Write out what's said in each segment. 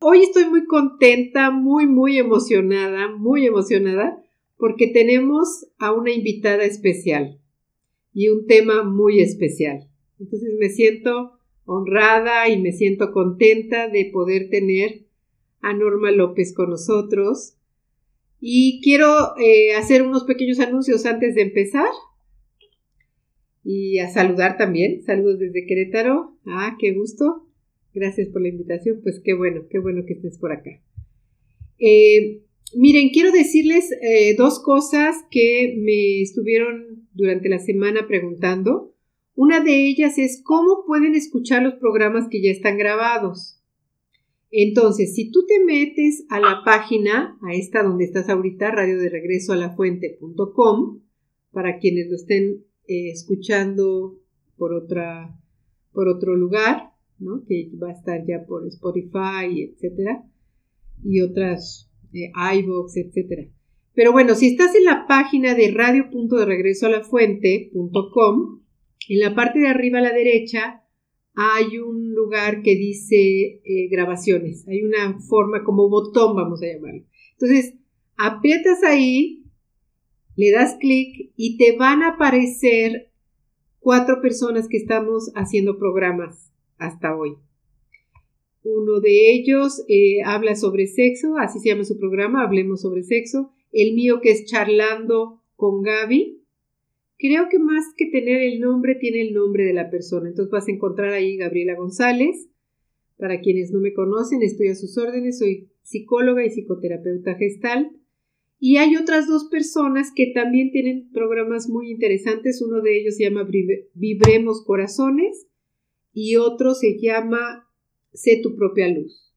hoy estoy muy contenta, muy emocionada, porque tenemos a una invitada especial y un tema muy especial. Entonces me siento honrada y me siento contenta de poder tener a Norma López con nosotros. Y quiero hacer unos pequeños anuncios antes de empezar. Y a saludar también. Saludos desde Querétaro. Qué gusto. Gracias por la invitación. Pues qué bueno que estés por acá. Miren, quiero decirles dos cosas que me estuvieron durante la semana preguntando. Una de ellas es cómo pueden escuchar los programas que ya están grabados. Entonces, si tú te metes a la página, a esta donde estás ahorita, radioderegresoalafuente.com, para quienes lo estén escuchando por otro lugar, ¿no? Que va a estar ya por Spotify, etcétera, y otras iVoox, etcétera. Pero bueno, si estás en la página de radio.deregresoalafuente.com, en la parte de arriba a la derecha hay un lugar que dice grabaciones. Hay una forma como botón, vamos a llamarlo. Entonces, aprietas ahí, le das clic y te van a aparecer 4 personas que estamos haciendo programas hasta hoy. Uno de ellos habla sobre sexo, así se llama su programa, Hablemos sobre Sexo. El mío, que es Charlando con Gaby. Creo que más que tener el nombre, tiene el nombre de la persona. Entonces vas a encontrar ahí Gabriela González. Para quienes no me conocen, estoy a sus órdenes. Soy psicóloga y psicoterapeuta gestal. Y hay otras 2 personas que también tienen programas muy interesantes. Uno de ellos se llama Vibremos Corazones y otro se llama Sé tu propia luz.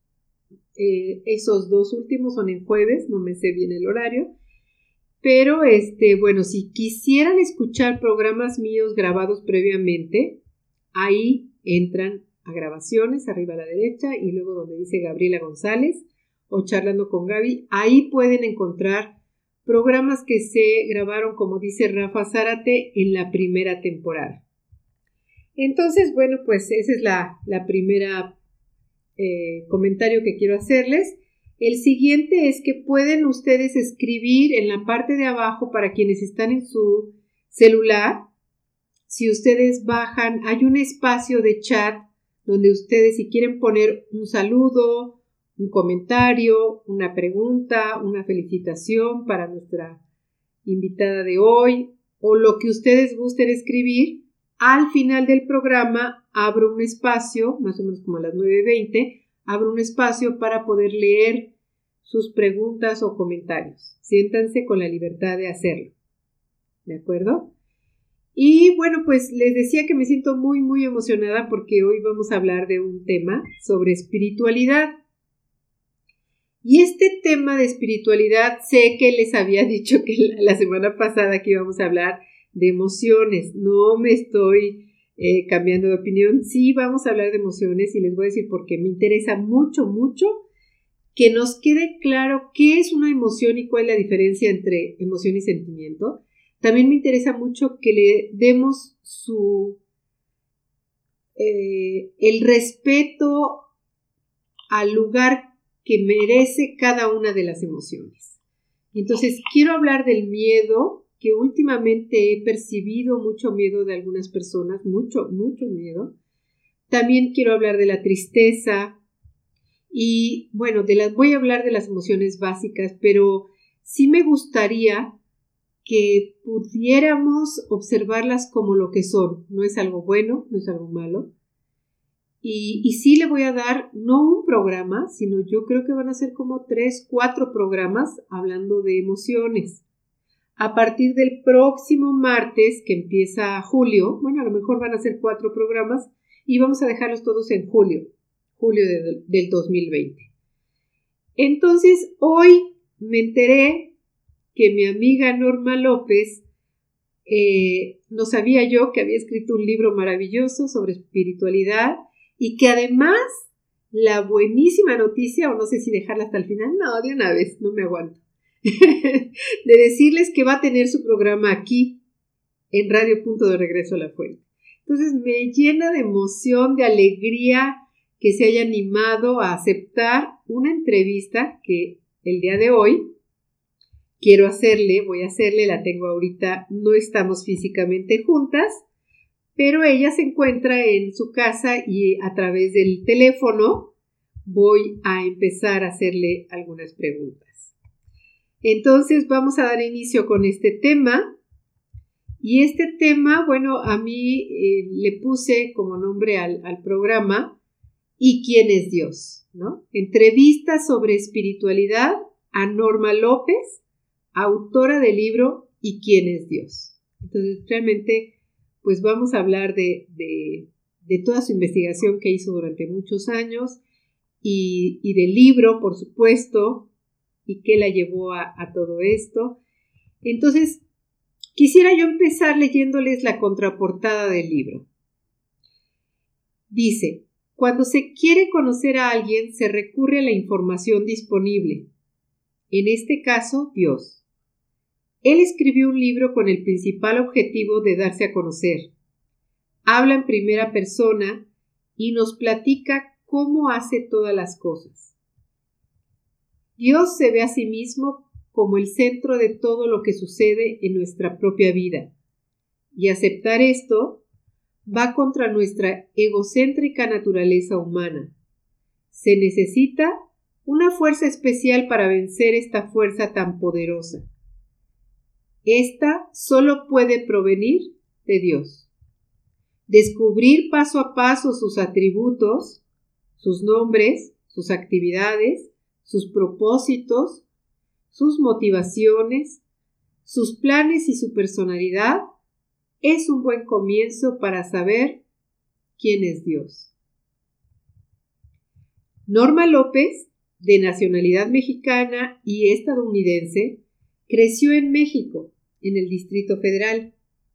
Esos 2 últimos son en jueves, no me sé bien el horario. Pero, bueno, si quisieran escuchar programas míos grabados previamente, ahí entran a grabaciones, arriba a la derecha, y luego donde dice Gabriela González o Charlando con Gaby, ahí pueden encontrar programas que se grabaron, como dice Rafa Zárate, en la primera temporada. Entonces, bueno, pues esa es la primera comentario que quiero hacerles. El siguiente es que pueden ustedes escribir en la parte de abajo para quienes están en su celular. Si ustedes bajan, hay un espacio de chat donde ustedes, si quieren poner un saludo, un comentario, una pregunta, una felicitación para nuestra invitada de hoy o lo que ustedes gusten escribir, al final del programa abro un espacio, más o menos como a las 9:20, abro un espacio para poder leer sus preguntas o comentarios. Siéntanse con la libertad de hacerlo. ¿De acuerdo? Y bueno, pues les decía que me siento muy emocionada porque hoy vamos a hablar de un tema sobre espiritualidad. Y este tema de espiritualidad, sé que les había dicho que la semana pasada que íbamos a hablar de emociones. No me estoy cambiando de opinión. Sí, vamos a hablar de emociones y les voy a decir por qué. Me interesa mucho que nos quede claro qué es una emoción y cuál es la diferencia entre emoción y sentimiento. También me interesa mucho que le demos el respeto al lugar que merece cada una de las emociones. Entonces, quiero hablar del miedo, que últimamente he percibido mucho miedo de algunas personas, mucho miedo. También quiero hablar de la tristeza y, bueno, voy a hablar de las emociones básicas, pero sí me gustaría que pudiéramos observarlas como lo que son. No es algo bueno, no es algo malo. Y sí le voy a dar, no un programa, sino yo creo que van a ser como 3, 4 programas hablando de emociones. A partir del próximo martes, que empieza julio, bueno, a lo mejor van a ser 4 programas y vamos a dejarlos todos en julio del 2020. Entonces, hoy me enteré que mi amiga Norma López, no sabía yo que había escrito un libro maravilloso sobre espiritualidad y que además la buenísima noticia, o no sé si dejarla hasta el final, no, de una vez, no me aguanto, de decirles que va a tener su programa aquí en Radio Punto de Regreso a la Fuente. Entonces me llena de emoción, de alegría que se haya animado a aceptar una entrevista que el día de hoy voy a hacerle, la tengo ahorita, no estamos físicamente juntas, pero ella se encuentra en su casa y a través del teléfono voy a empezar a hacerle algunas preguntas. Entonces vamos a dar inicio con este tema. Y este tema, bueno, a mí le puse como nombre al programa ¿Y quién es Dios? ¿No? Entrevista sobre espiritualidad a Norma López, autora del libro ¿Y quién es Dios? Entonces, realmente, pues vamos a hablar de toda su investigación que hizo durante muchos años y del libro, por supuesto, y qué la llevó a todo esto. Entonces, quisiera yo empezar leyéndoles la contraportada del libro. Dice: cuando se quiere conocer a alguien, se recurre a la información disponible. En este caso, Dios. Él escribió un libro con el principal objetivo de darse a conocer. Habla en primera persona y nos platica cómo hace todas las cosas. Dios se ve a sí mismo como el centro de todo lo que sucede en nuestra propia vida. Y aceptar esto va contra nuestra egocéntrica naturaleza humana. Se necesita una fuerza especial para vencer esta fuerza tan poderosa. Esta solo puede provenir de Dios. Descubrir paso a paso sus atributos, sus nombres, sus actividades, sus propósitos, sus motivaciones, sus planes y su personalidad es un buen comienzo para saber quién es Dios. Norma López, de nacionalidad mexicana y estadounidense, creció en México, en el Distrito Federal.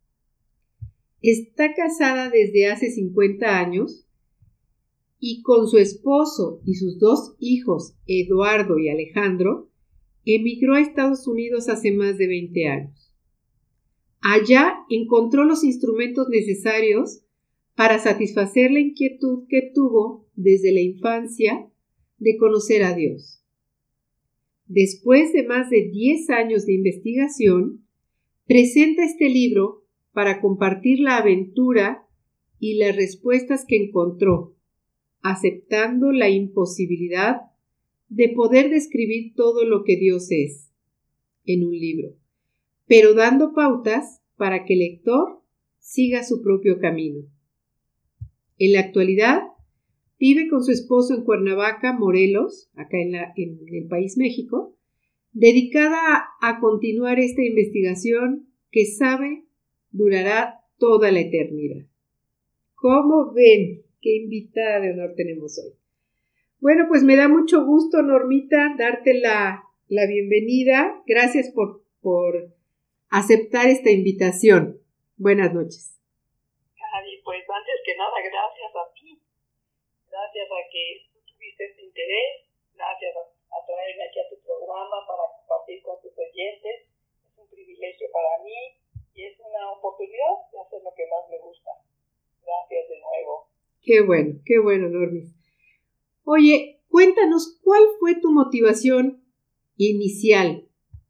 Está casada desde hace 50 años y con su esposo y sus 2 hijos, Eduardo y Alejandro, emigró a Estados Unidos hace más de 20 años. Allá encontró los instrumentos necesarios para satisfacer la inquietud que tuvo desde la infancia de conocer a Dios. Después de más de 10 años de investigación, presenta este libro para compartir la aventura y las respuestas que encontró, aceptando la imposibilidad de poder describir todo lo que Dios es en un libro, pero dando pautas para que el lector siga su propio camino. En la actualidad, vive con su esposo en Cuernavaca, Morelos, acá en el país México, dedicada a continuar esta investigación que sabe durará toda la eternidad. ¿Cómo ven? ¿Qué invitada de honor tenemos hoy? Bueno, pues me da mucho gusto, Normita, darte la bienvenida. Gracias por aceptar esta invitación. Buenas noches. Cari, pues antes que nada, gracias a ti. Gracias a que tú tuviste este interés. Gracias a traerme aquí a tu programa para compartir con tus oyentes. Es un privilegio para mí y es una oportunidad de hacer lo que más me gusta. Gracias de nuevo. Qué bueno, Normis. Oye, cuéntanos, ¿cuál fue tu motivación inicial?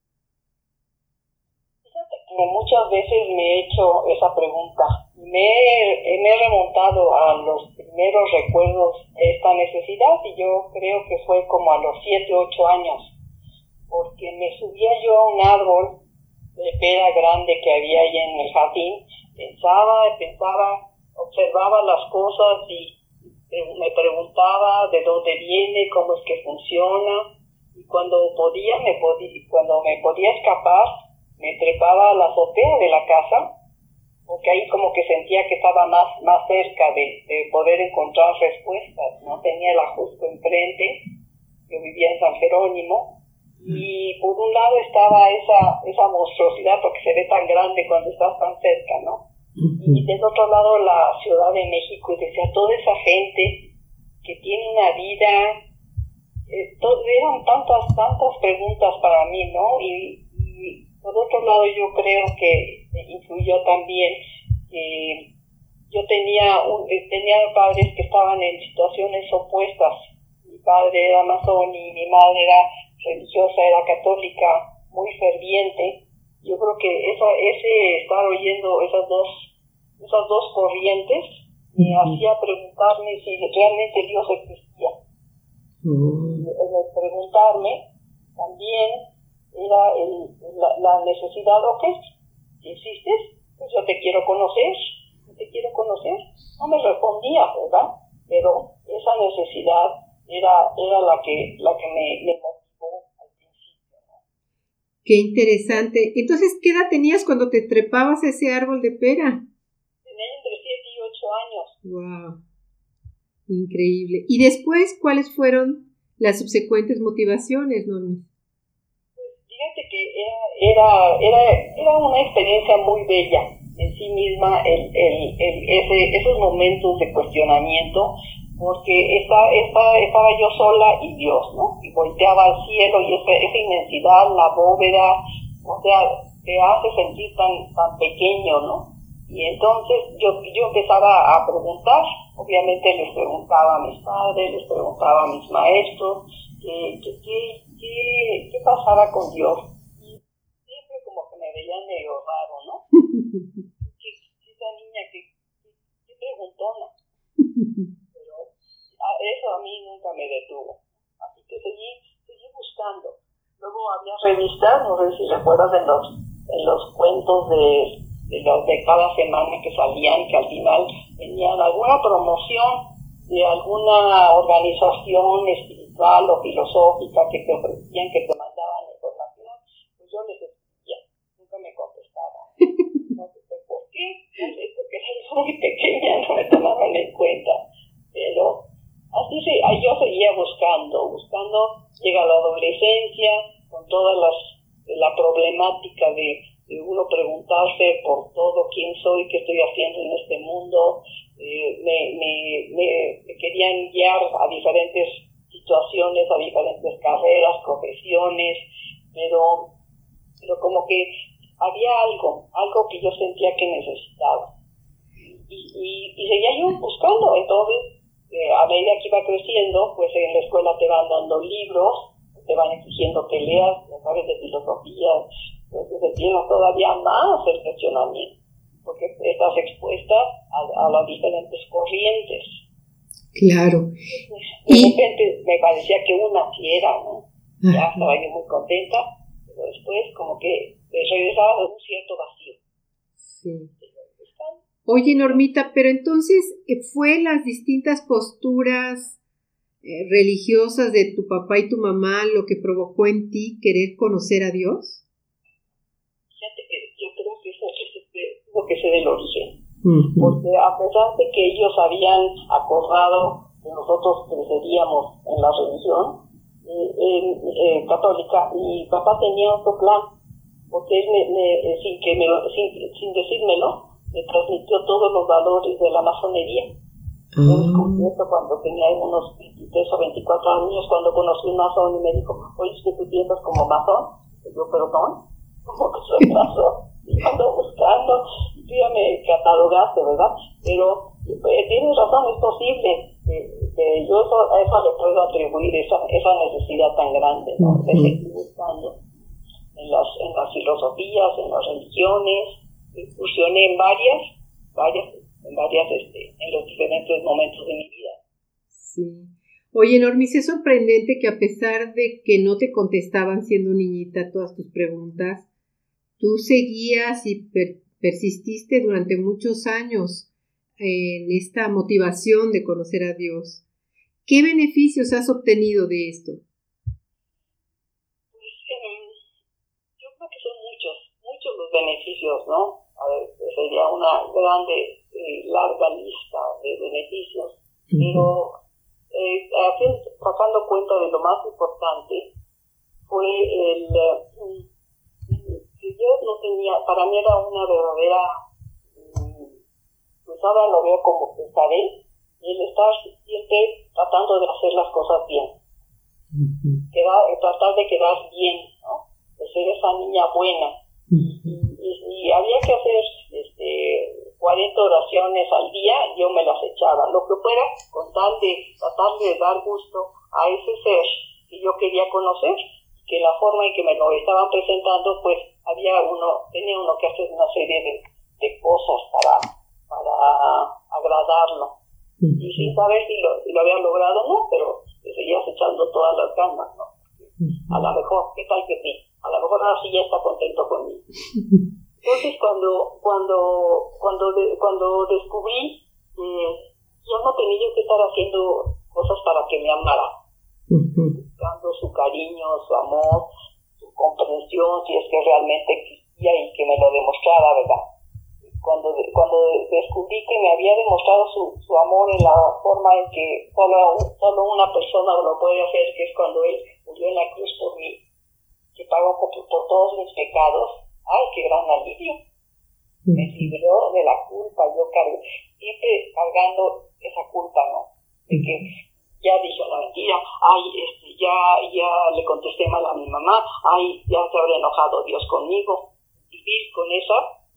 Fíjate que muchas veces me he hecho esa pregunta. Me he remontado a los primeros recuerdos de esta necesidad y yo creo que fue como a los 7, 8 años, porque me subía yo a un árbol de pera grande que había ahí en el jardín, pensaba, observaba las cosas y me preguntaba de dónde viene, cómo es que funciona, y cuando me podía escapar, me trepaba a la azotea de la casa, porque ahí como que sentía que estaba más cerca de poder encontrar respuestas, ¿no? Tenía el Ajusco enfrente, yo vivía en San Jerónimo, y por un lado estaba esa monstruosidad, porque se ve tan grande cuando estás tan cerca, ¿no? Y del otro lado la Ciudad de México, y decía, toda esa gente que tiene una vida, eran tantas preguntas para mí, ¿no? Y por otro lado yo creo que influyó también que yo tenía padres que estaban en situaciones opuestas. Mi padre era masón y mi madre era religiosa, era católica, muy ferviente. Yo creo que ese estar oyendo esas dos corrientes me hacía preguntarme si realmente Dios existía. El preguntarme también era la necesidad, ok, si existes, pues yo te quiero conocer. No me respondía, ¿verdad? Pero esa necesidad era la que me motivó al principio, ¿no? Qué interesante. Entonces, ¿qué edad tenías cuando te trepabas a ese árbol de pera? Tenía entre 7 y 8 años. Wow, increíble. ¿Y después cuáles fueron las subsecuentes motivaciones, Normi? Pues fíjate que era una experiencia muy bella en sí misma, esos momentos de cuestionamiento, porque estaba yo sola y Dios, ¿no? Y volteaba al cielo y esa inmensidad, la bóveda, o sea, te hace sentir tan pequeño, ¿no? Y entonces yo empezaba a preguntar, obviamente les preguntaba a mis padres, les preguntaba a mis maestros, ¿qué pasaba con Dios? Y siempre como que me veían medio raro, ¿no? Esa niña que preguntona. Pero eso a mí nunca me detuvo. Así que seguí buscando. Luego había revistas, no sé si recuerdas en los cuentos de cada semana que salían, que al final tenían alguna promoción de alguna organización espiritual o filosófica que te ofrecían, que te mandaban información. Pues yo les escribía, nunca me contestaban. No sé por qué, porque era muy pequeña, no me tomaban en cuenta. Pero así yo seguía buscando. Llega la adolescencia con toda la problemática de uno preguntarse por todo, quién soy, qué estoy haciendo en este mundo. Me querían guiar a diferentes situaciones, a diferentes carreras, profesiones, pero como que había algo que yo sentía que necesitaba. Y seguía yo buscando. Entonces, a medida que iba creciendo, pues en la escuela te van dando libros, te van exigiendo que leas, sabes, de filosofía, pues se tiene todavía más el cuestionamiento, porque estás expuesta a las diferentes corrientes. Claro. De repente me parecía que una sí era, ¿no? Ya estaba yo muy contenta, pero después como que regresaba de un cierto vacío. Sí. Oye, Normita, pero entonces, ¿fue las distintas posturas religiosas de tu papá y tu mamá lo que provocó en ti querer conocer a Dios? Fíjate que yo creo que eso tuvo que ser el origen. Porque a pesar de que ellos habían acordado que nosotros creceríamos en la religión católica, mi papá tenía otro plan, porque él sin decírmelo, me transmitió todos los valores de la masonería. Yo descubierto cuando tenía unos 23 o 24 años, cuando conocí un masón y me dijo, oye, es que tú piensas como masón. Y yo, perdón, ¿cómo que soy masón? Y ando buscando, y tú ya me catalogaste, ¿verdad? Pero tienes razón, es posible. Yo a eso le puedo atribuir esa necesidad tan grande, ¿no? De seguir buscando en las filosofías, en las religiones. Incursioné en varias en los diferentes momentos de mi vida. Sí. Oye, Normi, es sorprendente que a pesar de que no te contestaban siendo niñita todas tus preguntas, tú seguías y persististe durante muchos años en esta motivación de conocer a Dios. ¿Qué beneficios has obtenido de esto? Pues yo creo que son muchos los beneficios, ¿no? A ver, sería una grande, larga lista de beneficios, pero sacando cuenta de lo más importante, fue que yo no tenía, para mí era una verdadera, pues ahora lo veo como pesadez, el estar siempre tratando de hacer las cosas bien, tratar de quedar bien, ¿no? De ser esa niña buena. Y había que hacer 40 oraciones al día, yo me las echaba, lo que fuera, con tal de tratar de dar gusto a ese ser que yo quería conocer, que la forma en que me lo estaban presentando, pues tenía uno que hacer una serie de cosas para agradarlo. Y sin saber si lo había logrado o no, pero te seguías echando todas las ganas, ¿no? A lo mejor, ¿qué tal que sí? A lo mejor ahora sí ya está contento conmigo. Entonces, cuando descubrí que ya no tenía yo que estar haciendo cosas para que me amara, buscando su cariño, su amor, su comprensión, si es que realmente existía y que me lo demostrara, ¿verdad? Cuando descubrí que me había demostrado su amor en la forma en que solo una persona lo puede hacer, que es cuando Él murió en la cruz por mí, que pagó por todos mis pecados. ¡Ay, qué gran alivio! Me libró de la culpa. Yo siempre cargando esa culpa, ¿no? De que ya dije una mentira, ya le contesté mal a mi mamá, ya se habrá enojado Dios conmigo. Vivir con esa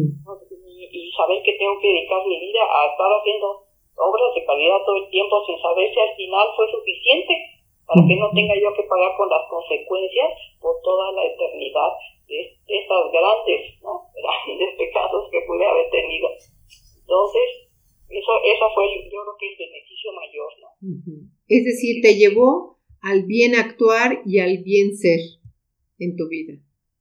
y saber que tengo que dedicar mi vida a estar haciendo obras de caridad todo el tiempo sin saber si al final fue suficiente para que no tenga yo que pagar con las consecuencias por toda la eternidad de estas grandes pecados que pude haber tenido. Entonces, esa fue, yo creo que el beneficio mayor, ¿no? Es decir, te llevó al bien actuar y al bien ser en tu vida.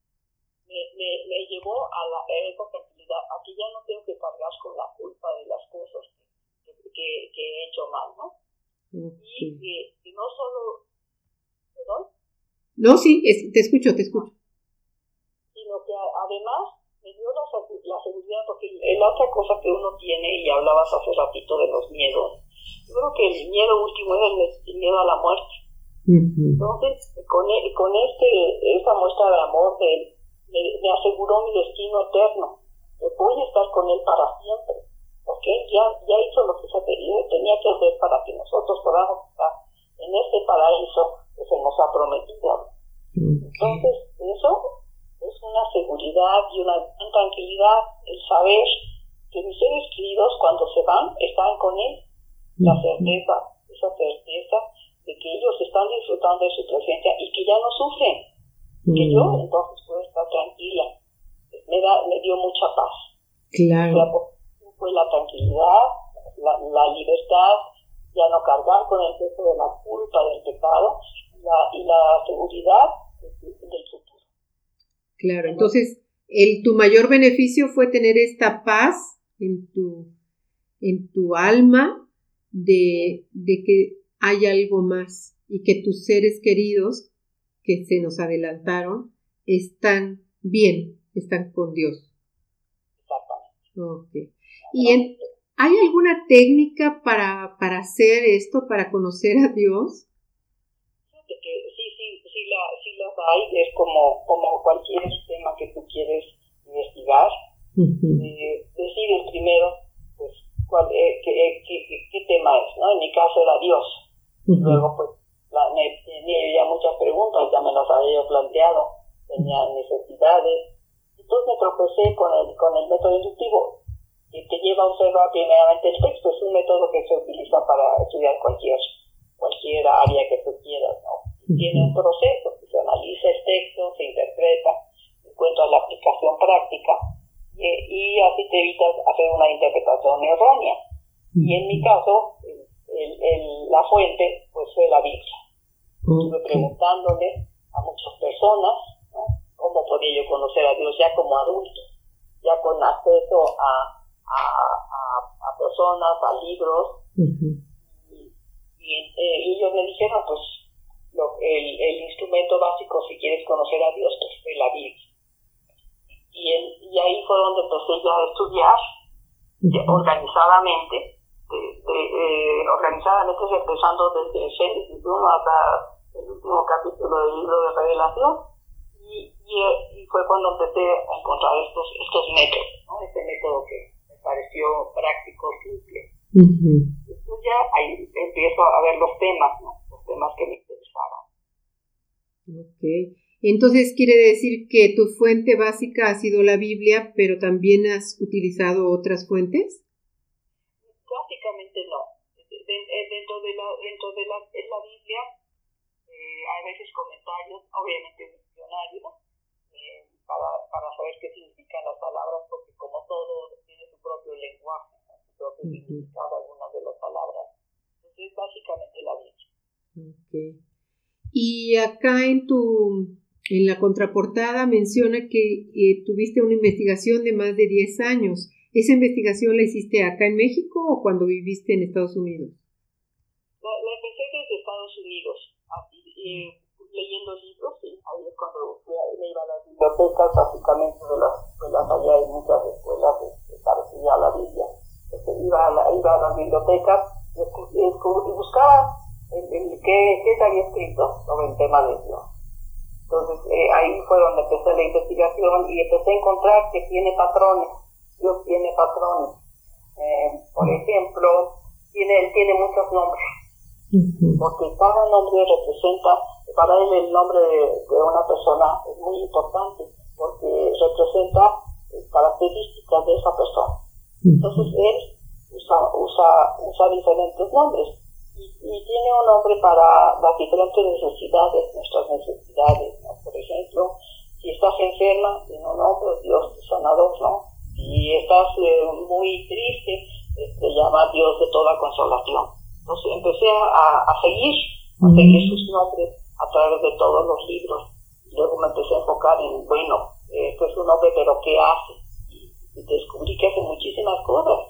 Me llevó a esa tranquilidad, a que ya no tengo que cargar con la culpa de las cosas que he hecho mal, ¿no? Okay. Y que no solo... ¿Perdón? No, sí, te escucho. Sino que además me dio la seguridad, porque la otra cosa que uno tiene, y hablabas hace ratito de los miedos, yo creo que el miedo último es el miedo a la muerte. Entonces, con esta muestra de amor de él, me aseguró mi destino eterno. Voy a estar con él para siempre, porque él ya hizo lo que tenía que hacer para que nosotros podamos estar en este paraíso que se nos ha prometido. Entonces, eso es una seguridad y una gran tranquilidad, el saber que mis seres queridos, cuando se van, están con él. Esa certeza de que ellos están disfrutando de su presencia y que ya no sufren, que yo entonces puedo estar tranquila. Me dio mucha paz. Claro. Fue la tranquilidad, la libertad, ya no cargar con el peso de la culpa del pecado y la seguridad del futuro. Claro, entonces tu mayor beneficio fue tener esta paz en tu alma de que hay algo más y que tus seres queridos que se nos adelantaron están bien, están con Dios. Exactamente. Okay. ¿Y hay alguna técnica para hacer esto, para conocer a Dios? Fíjate que sí las hay, es como cualquier tema que tú quieres investigar. Decides primero pues qué tema es, ¿no? En mi caso era Dios. Luego pues tenía ya muchas preguntas, ya me las había yo planteado, tenía necesidades. Entonces me tropecé con el método inductivo, que te lleva a observar primeramente el texto. Es un método que se utiliza para estudiar cualquier área que tú quieras, ¿no? Tiene un proceso, se analiza el texto, se interpreta, encuentras la aplicación práctica y así te evitas hacer una interpretación errónea. Y en mi caso, la fuente pues fue la Biblia. Estuve preguntándole a muchas personas, ¿no? ¿Cómo podía yo conocer a Dios ya como adulto? Ya con acceso a personas, a libros, y ellos me dijeron, pues, el instrumento básico si quieres conocer a Dios, pues fue la Biblia. Y ahí fue donde empecé ya a estudiar organizadamente, empezando desde Génesis 1 hasta el último capítulo del libro de Revelación, y fue cuando empecé a encontrar estos métodos, ¿no? Este método que me pareció práctico, simple. Después ya ahí empiezo a ver los temas, ¿no? Los temas que me interesaban. Okay. Entonces quiere decir que tu fuente básica ha sido la Biblia, pero también has utilizado otras fuentes. Básicamente no. Dentro en la Biblia hay veces comentarios, obviamente diccionarios, para saber qué significan las palabras, porque como todo tiene su propio lenguaje, ¿no? Su propio significado, algunas de las palabras. Entonces, básicamente la Biblia. Okay. Y acá en la contraportada menciona que tuviste una investigación de más de 10 años. ¿Esa investigación la hiciste acá en México o cuando viviste en Estados Unidos? La empecé desde Estados Unidos, así, leyendo libros, sí. Ahí es cuando me iba a las bibliotecas, básicamente de las escuelas, allá hay muchas escuelas parecidas a la Biblia. Entonces iba a las bibliotecas y buscaba qué se había escrito sobre el tema de Dios. Entonces ahí fue donde empecé la investigación y empecé a encontrar que tiene patrones. Dios tiene patrones. Por ejemplo, tiene muchos nombres. Porque cada nombre representa, para él el nombre de una persona es muy importante, porque representa características de esa persona. Entonces él usa diferentes nombres y tiene un nombre para las diferentes necesidades, nuestras necesidades, ¿no? Por ejemplo, si estás enferma, tiene un nombre, Dios sanador, ¿no? Si estás muy triste, se llama Dios de toda consolación. Entonces empecé a seguir sus nombres a través de todos los libros. Luego me empecé a enfocar en, esto es un hombre, pero ¿qué hace? Y descubrí que hace muchísimas cosas.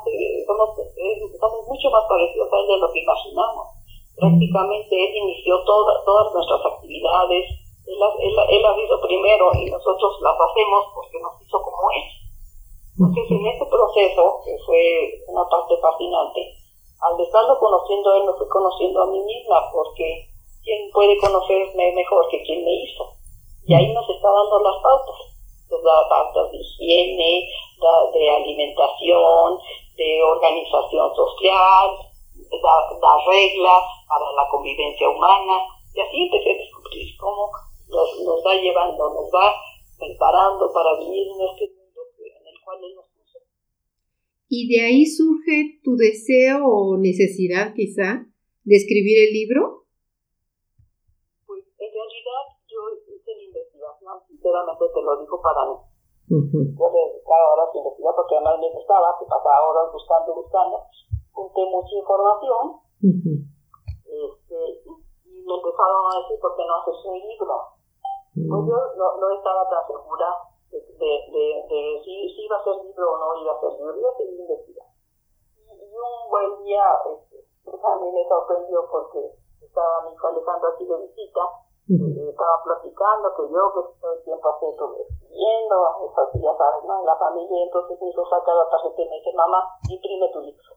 Somos mucho más parecidos a él de lo que imaginamos. Prácticamente él inició todas nuestras actividades. Él las hizo primero y nosotros las hacemos porque nos hizo como él. Entonces en este proceso, que fue una parte fascinante, al estarlo conociendo a él, me fui conociendo a mí misma, porque ¿quién puede conocerme mejor que quien me hizo? Y ahí nos está dando las pautas. Las pautas de higiene, de alimentación, de organización social, las reglas para la convivencia humana. Y así empecé a descubrir cómo nos va llevando, nos va preparando para vivir en este mundo en el cual él nos puso. ¿Y de ahí surge tu deseo o necesidad, quizá, de escribir el libro? Pues en realidad yo hice la investigación, sinceramente te lo digo, para mí. Yo le dedicaba horas a investigar porque además me gustaba, que pasaba horas buscando, junté mucha información, y me empezaron a decir, ¿por qué no haces un libro? Pues yo no estaba tan segura de si iba a ser libro o no iba a ser libro, iba a seguir investigando. Y un buen día, a mí me sorprendió porque estaba mi hija Alejandra aquí de visita, estaba platicando que todo el tiempo estoy escribiendo, eso sí, ya sabes, ¿no? En la familia, entonces mi hijo saca la tarjeta y me dice, mamá, imprime tu libro.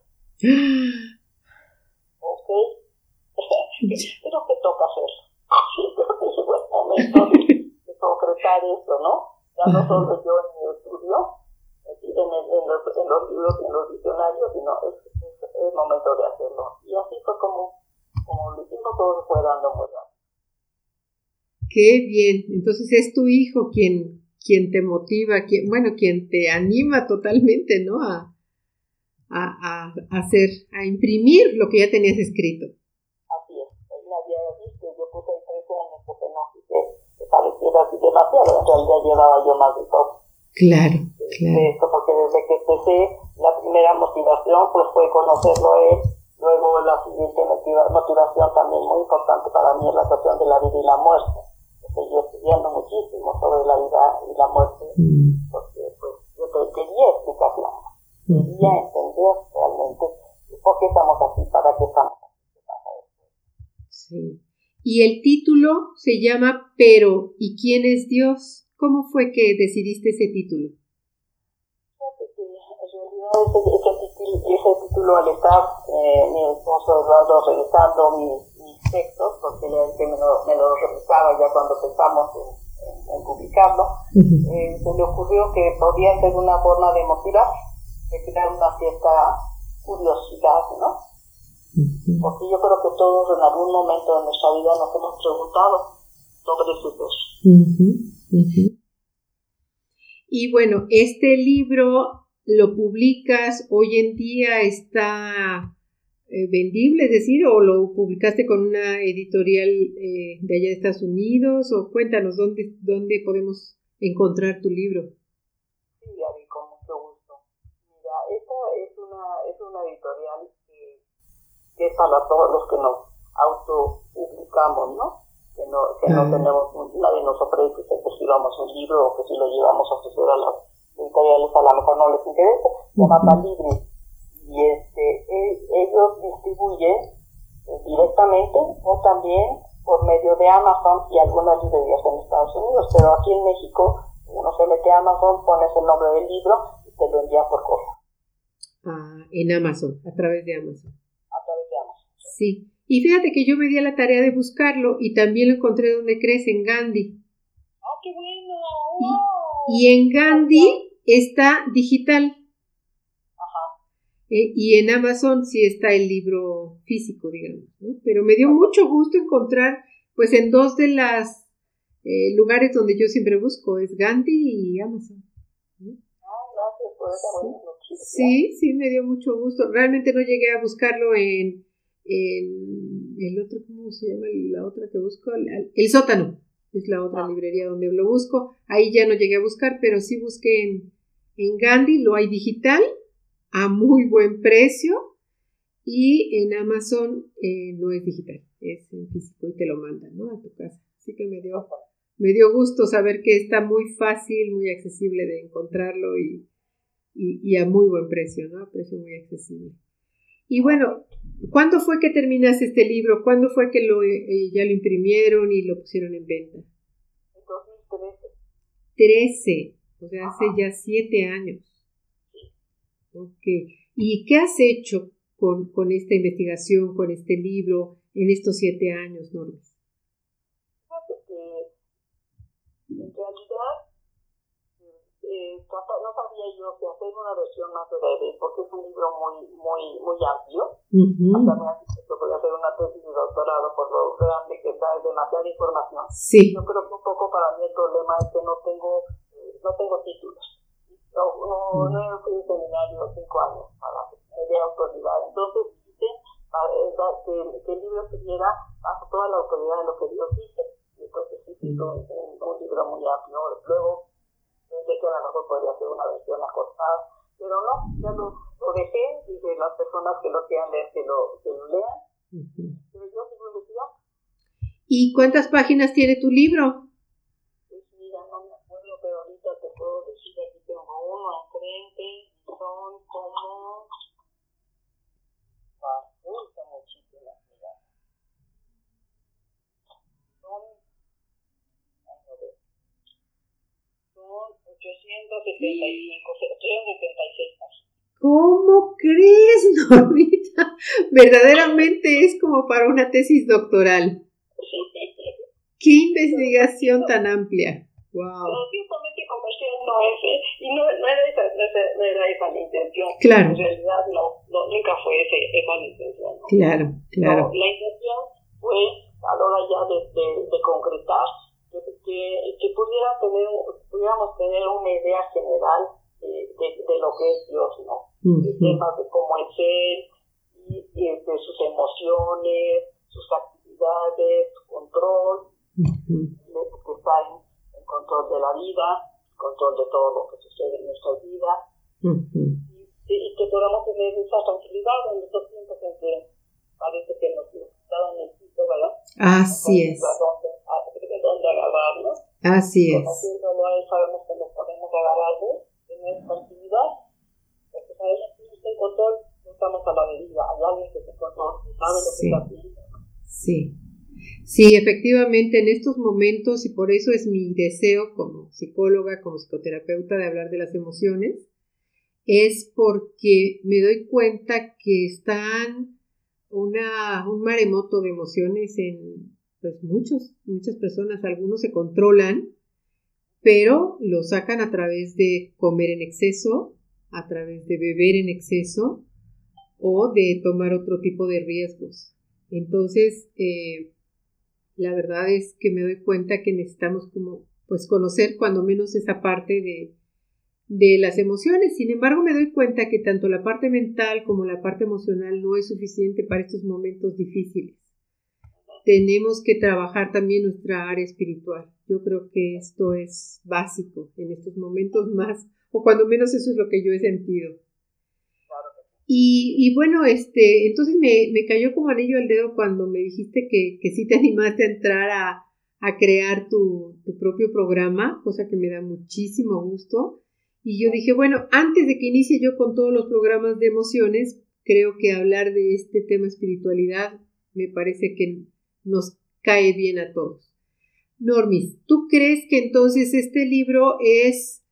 ¿Ok? Creo que toca hacerlo. Creo que llegó el momento de concretar esto, ¿no? Ya no solo yo en mi estudio, en los libros y en los diccionarios, sino es momento de hacerlo. Y así fue como lo hicimos, todo se fue dando muy rápido. Qué bien. Entonces es tu hijo quien te motiva, quien te anima totalmente, ¿no? A imprimir lo que ya tenías escrito. Así es. Él me había visto, yo puse ahí 13 años porque no quise que pareciera así demasiado. En realidad llevaba yo más de todo. Claro. Esto, porque desde que empecé, la primera motivación pues fue conocerlo a él. Luego la siguiente motivación también muy importante para mí es la cuestión de la vida y la muerte. Estoy estudiando muchísimo sobre la vida y la muerte, porque pues yo quería explicarla, quería entender realmente por qué estamos aquí, para qué estamos aquí. Sí. Y el título se llama Pero, ¿y quién es Dios? ¿Cómo fue que decidiste ese título? Fíjate que en realidad ese título, al estar mi esposo Eduardo revisando mis textos, porque él me lo revisaba ya cuando pensamos en publicarlo, se le ocurrió que podía ser una forma de motivar, de crear una cierta curiosidad, ¿no? Porque yo creo que todos en algún momento de nuestra vida nos hemos preguntado sobre su Dios. Y bueno, este libro lo publicas, hoy en día está vendible, es decir, o lo publicaste con una editorial de allá de Estados Unidos, o cuéntanos dónde podemos encontrar tu libro. Sí, Ari, con mucho gusto. Mira, esta es una editorial que es para todos los que nos autopublicamos, ¿no? Que no tenemos, nadie nos ofrece que escribamos un libro o que si lo llevamos a ofrecer a las editoriales a lo mejor no les interesa, se llama Palibre. Y ellos distribuyen directamente o también por medio de Amazon y algunas librerías en Estados Unidos, pero aquí en México uno se mete a Amazon, pones el nombre del libro y te lo envía por correo. En Amazon, a través de Amazon. A través de Amazon. Sí. Y fíjate que yo me di a la tarea de buscarlo y también lo encontré donde crees, en Gandhi. ¡Ah, qué bueno! ¡Wow! Y en Gandhi está digital. Y en Amazon sí está el libro físico, digamos, ¿no? Pero me dio mucho gusto encontrar, pues, en dos de las lugares donde yo siempre busco, es Gandhi y Amazon, ¿no? Gracias por esa buena noticia. Sí, me dio mucho gusto. Realmente no llegué a buscarlo en el otro, ¿cómo se llama? La otra que busco, el Sótano, es la otra librería donde lo busco. Ahí ya no llegué a buscar, pero sí busqué en Gandhi, lo hay digital, a muy buen precio, y en Amazon no es digital, es en físico y te lo mandan, ¿no? A tu casa. Así que me dio gusto saber que está muy fácil, muy accesible de encontrarlo y a muy buen precio, ¿no? A precio muy accesible. Y bueno, ¿cuándo fue que terminaste este libro? ¿Cuándo fue que ya lo imprimieron y lo pusieron en venta? En 2013. 13, o sea, hace ya 7 años. Ok. ¿Y qué has hecho con esta investigación, con este libro, en estos 7 años, Normis? Fíjate que en realidad no sabía yo si hacer una versión más breve, porque es un libro muy amplio. También yo podía hacer una tesis de doctorado por lo grande que está, es demasiada información. Sí. Yo creo que un poco para mí el problema es que no tengo títulos. No he fui un seminario 5 años para que me dé autoridad. Entonces quise que el libro estuviera bajo toda la autoridad de lo que Dios dice. Y entonces hizo un libro muy amplio. Luego pensé que a lo mejor podría ser una versión acortada, pero no, ya lo dejé. Dije, las personas que lo quieran leer, que lo lean. Pero yo sigo investigando. ¿Y cuántas páginas tiene tu libro? Pues mira, no me acuerdo, pero ahorita te puedo decir, aquí tengo uno enfrente, y son como... son muchísimas, mira. Son 876 páginas. ¿Cómo crees, Normita? Verdaderamente es como para una tesis doctoral. ¡Qué investigación tan amplia! ¡Wow! No, ciertamente comercial no es, y no era esa la intención. Claro. En realidad nunca fue esa la intención, ¿no? Claro. No, la intención fue, a la hora ya de concretar, que pudiéramos tener una idea general de lo que es Dios, ¿no? De temas de cómo es Él, y de sus emociones, sus actividades, su control, que está en control de la vida, control de todo lo que sucede en nuestra vida, y que podamos tener esa tranquilidad en estos tiempos en que parece que nos daban el piso, ¿verdad? Así es. De dónde agarrarnos. Así es. Conociéndolo a él, sabemos que nos podemos agarrar de tener tranquilidad, porque sabemos que está en control, no estamos a la deriva, hay alguien que está en control, sabe lo que está haciendo. Sí, efectivamente, en estos momentos, y por eso es mi deseo como psicóloga, como psicoterapeuta, de hablar de las emociones, es porque me doy cuenta que están un maremoto de emociones en pues muchas personas. Algunos se controlan, pero lo sacan a través de comer en exceso, a través de beber en exceso o de tomar otro tipo de riesgos. Entonces, la verdad es que me doy cuenta que necesitamos como pues conocer cuando menos esa parte de las emociones. Sin embargo, me doy cuenta que tanto la parte mental como la parte emocional no es suficiente para estos momentos difíciles. Tenemos que trabajar también nuestra área espiritual. Yo creo que esto es básico en estos momentos más, o cuando menos eso es lo que yo he sentido. Y bueno, entonces me cayó como anillo al dedo cuando me dijiste que sí te animaste a entrar a crear tu propio programa, cosa que me da muchísimo gusto. Y yo dije, bueno, antes de que inicie yo con todos los programas de emociones, creo que hablar de este tema espiritualidad me parece que nos cae bien a todos. Normis, ¿tú crees que entonces este libro es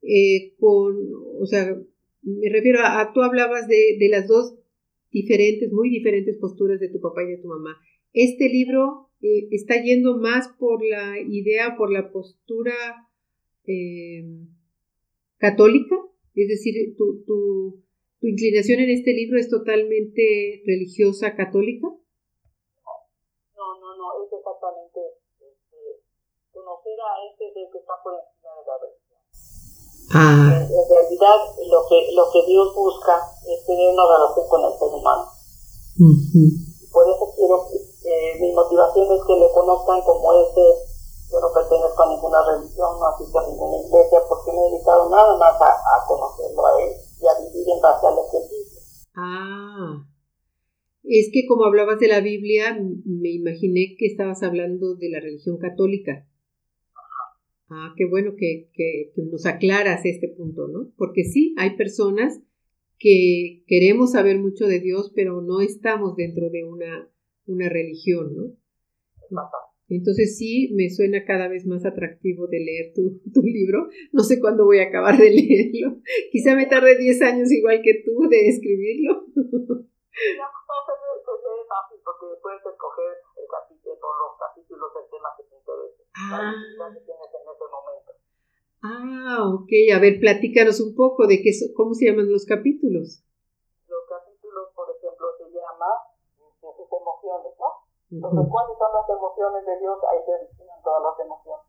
o sea, me refiero tú hablabas de las dos muy diferentes posturas de tu papá y de tu mamá? ¿Este libro está yendo más por la idea, por la postura católica? Es decir, tu inclinación en este libro es totalmente religiosa católica. No, es exactamente conocer a ese de que está por encima de la religión. En realidad, lo que Dios busca es tener una relación con el ser humano. Uh-huh. Por eso mi motivación es que le conozcan como yo no pertenezco a ninguna religión, no asisto a ninguna iglesia, porque me he dedicado nada más a conocerlo a él y a vivir en base a lo que él dice. Es que como hablabas de la Biblia, me imaginé que estabas hablando de la religión católica. Qué bueno que nos aclaras este punto, ¿no? Porque sí, hay personas que queremos saber mucho de Dios, pero no estamos dentro de una religión, ¿no? Entonces sí, me suena cada vez más atractivo de leer tu libro. No sé cuándo voy a acabar de leerlo. Quizá me tarde 10 años igual que tú de escribirlo. Es fácil porque puedes escoger los capítulos del tema que te interese. La necesidad que tienes en ese momento. Ok. A ver, platícanos un poco de cómo se llaman los capítulos. Los capítulos, por ejemplo, se llama sus emociones, ¿no? Entonces, ¿cuáles son las emociones de Dios? Ahí se definen todas las emociones.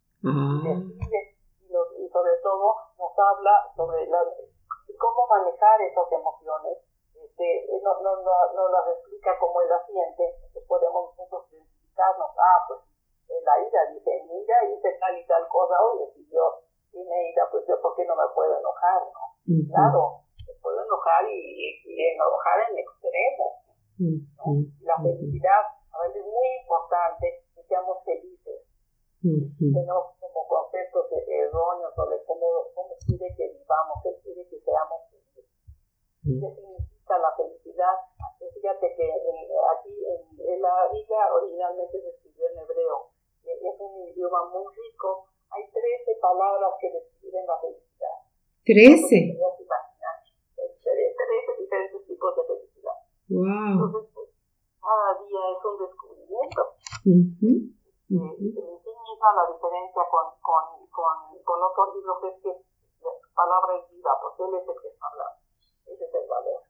Y sobre todo nos habla sobre cómo manejar esas emociones. No las explica como él las siente, entonces podemos nosotros identificarnos, pues la ira, dice, mi ira hice tal y tal cosa, oye, si yo tiene ira, pues yo, ¿por qué no me puedo enojar, no? Claro, me puedo enojar y enojar en extremo, ¿no? La felicidad, a ver, es muy importante que seamos felices. Tenemos como conceptos erróneos sobre cómo quiere que vivamos, qué quiere que seamos felices. ¿Qué significa la felicidad? Fíjate que aquí en la Biblia originalmente se escribió en hebreo. Es un idioma muy rico. Hay 13 palabras que describen la felicidad. 13. 13 diferentes tipos de felicidad. Wow. Entonces, pues, cada día es un descubrimiento. Esa la diferencia con otros libros es que la palabra es viva, porque él es el que está hablando. Ese es el valor.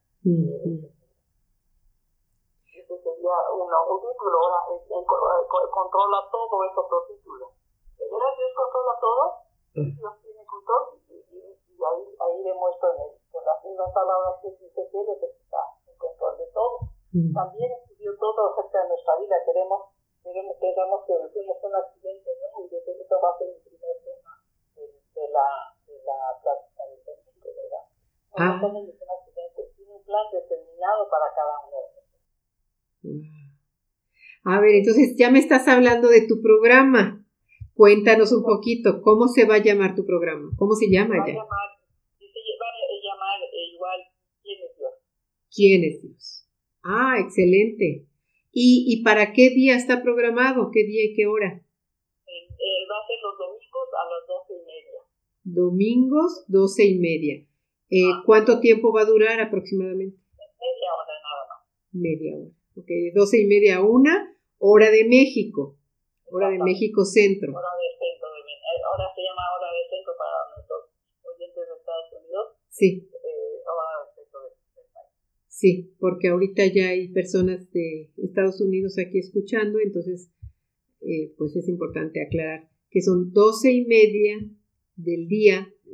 Ese sería un título. Ahora, controla todo, es otro título. ¿De verdad Dios controla todo? Dios tiene control y ahí demuestra con las mismas palabras que dice que él es el que está en control de todo. También estudió todo acerca de nuestra vida. Pensamos que fuimos un accidente, ¿no? Y eso va a ser el primer tema de la plática del domingo, ¿verdad? No somos un accidente, tiene un plan determinado para cada uno de nosotros. A ver, entonces ya me estás hablando de tu programa. Cuéntanos un poquito, ¿cómo se va a llamar tu programa? ¿Cómo se llama ya? Se va a llamar igual ¿Quién es Dios? ¿Quién es Dios? Excelente. ¿Y para qué día está programado? ¿Qué día y qué hora? Va a ser los domingos a las 12:30. Domingos, 12:30. ¿Cuánto tiempo va a durar aproximadamente? Media hora nada más. Media hora. Ok, de 12:30 a 1, hora de México. Hora de México Centro. Ahora se llama hora de centro para nuestros oyentes de Estados Unidos. Sí. Hora de centro del país. Sí, porque ahorita ya hay personas de Estados Unidos aquí escuchando, entonces pues es importante aclarar que son 12:30 del día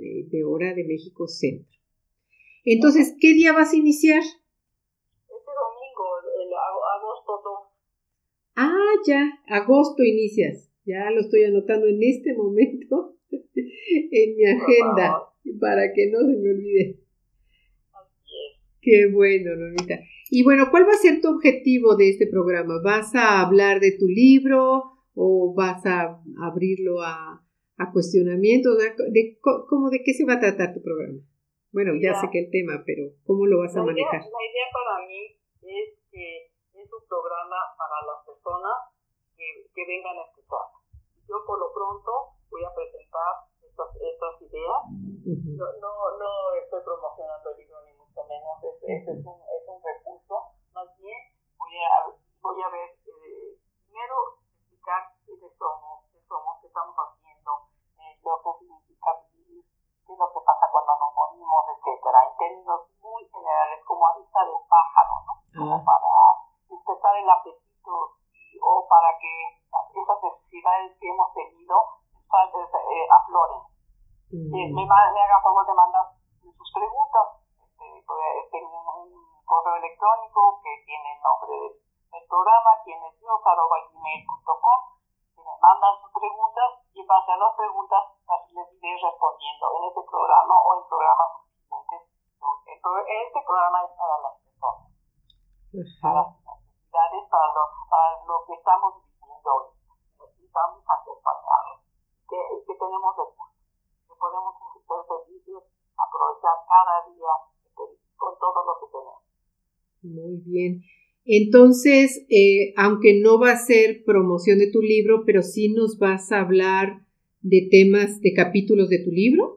de hora de México Centro. Entonces, ¿qué día vas a iniciar? Este domingo, el agosto 2. Ah, ya, agosto inicias. Ya lo estoy anotando en este momento en mi agenda para que no se me olvide. Así es. Qué bueno, Normita. Y bueno, ¿cuál va a ser tu objetivo de este programa? ¿Vas a hablar de tu libro o vas a abrirlo a cuestionamientos? ¿De qué se va a tratar tu programa? Bueno, ya sé que el tema, pero ¿cómo lo vas a manejar? La idea para mí es que es un programa para las personas que vengan a escuchar. Yo por lo pronto voy a presentar estas ideas. Uh-huh. No estoy promocionando el libro ni mucho menos. Es un recurso. Más bien voy a ver, primero explicar quiénes somos, qué estamos haciendo, lo que significa vivir, qué es lo que pasa cuando nos morimos, etcétera, en términos muy generales, como a vista de pájaro, ¿no? Como para despertar el apetito o para que esas necesidades que hemos tenido afloren. Me hagan favor de mandar sus preguntas. Tengo un correo electrónico que tiene el nombre del programa, quienesdios@gmail.com. Me mandan sus preguntas y en base a las preguntas las les iré respondiendo en este programa o en programas subsiguientes. Este programa es para las personas, para las necesidades, para lo que estamos viviendo hoy. Estamos acompañados, que tenemos recursos, que podemos ser felices, aprovechar cada día con todo lo que tenemos. Muy bien. Entonces, aunque no va a ser promoción de tu libro, pero sí nos vas a hablar de temas, de capítulos de tu libro.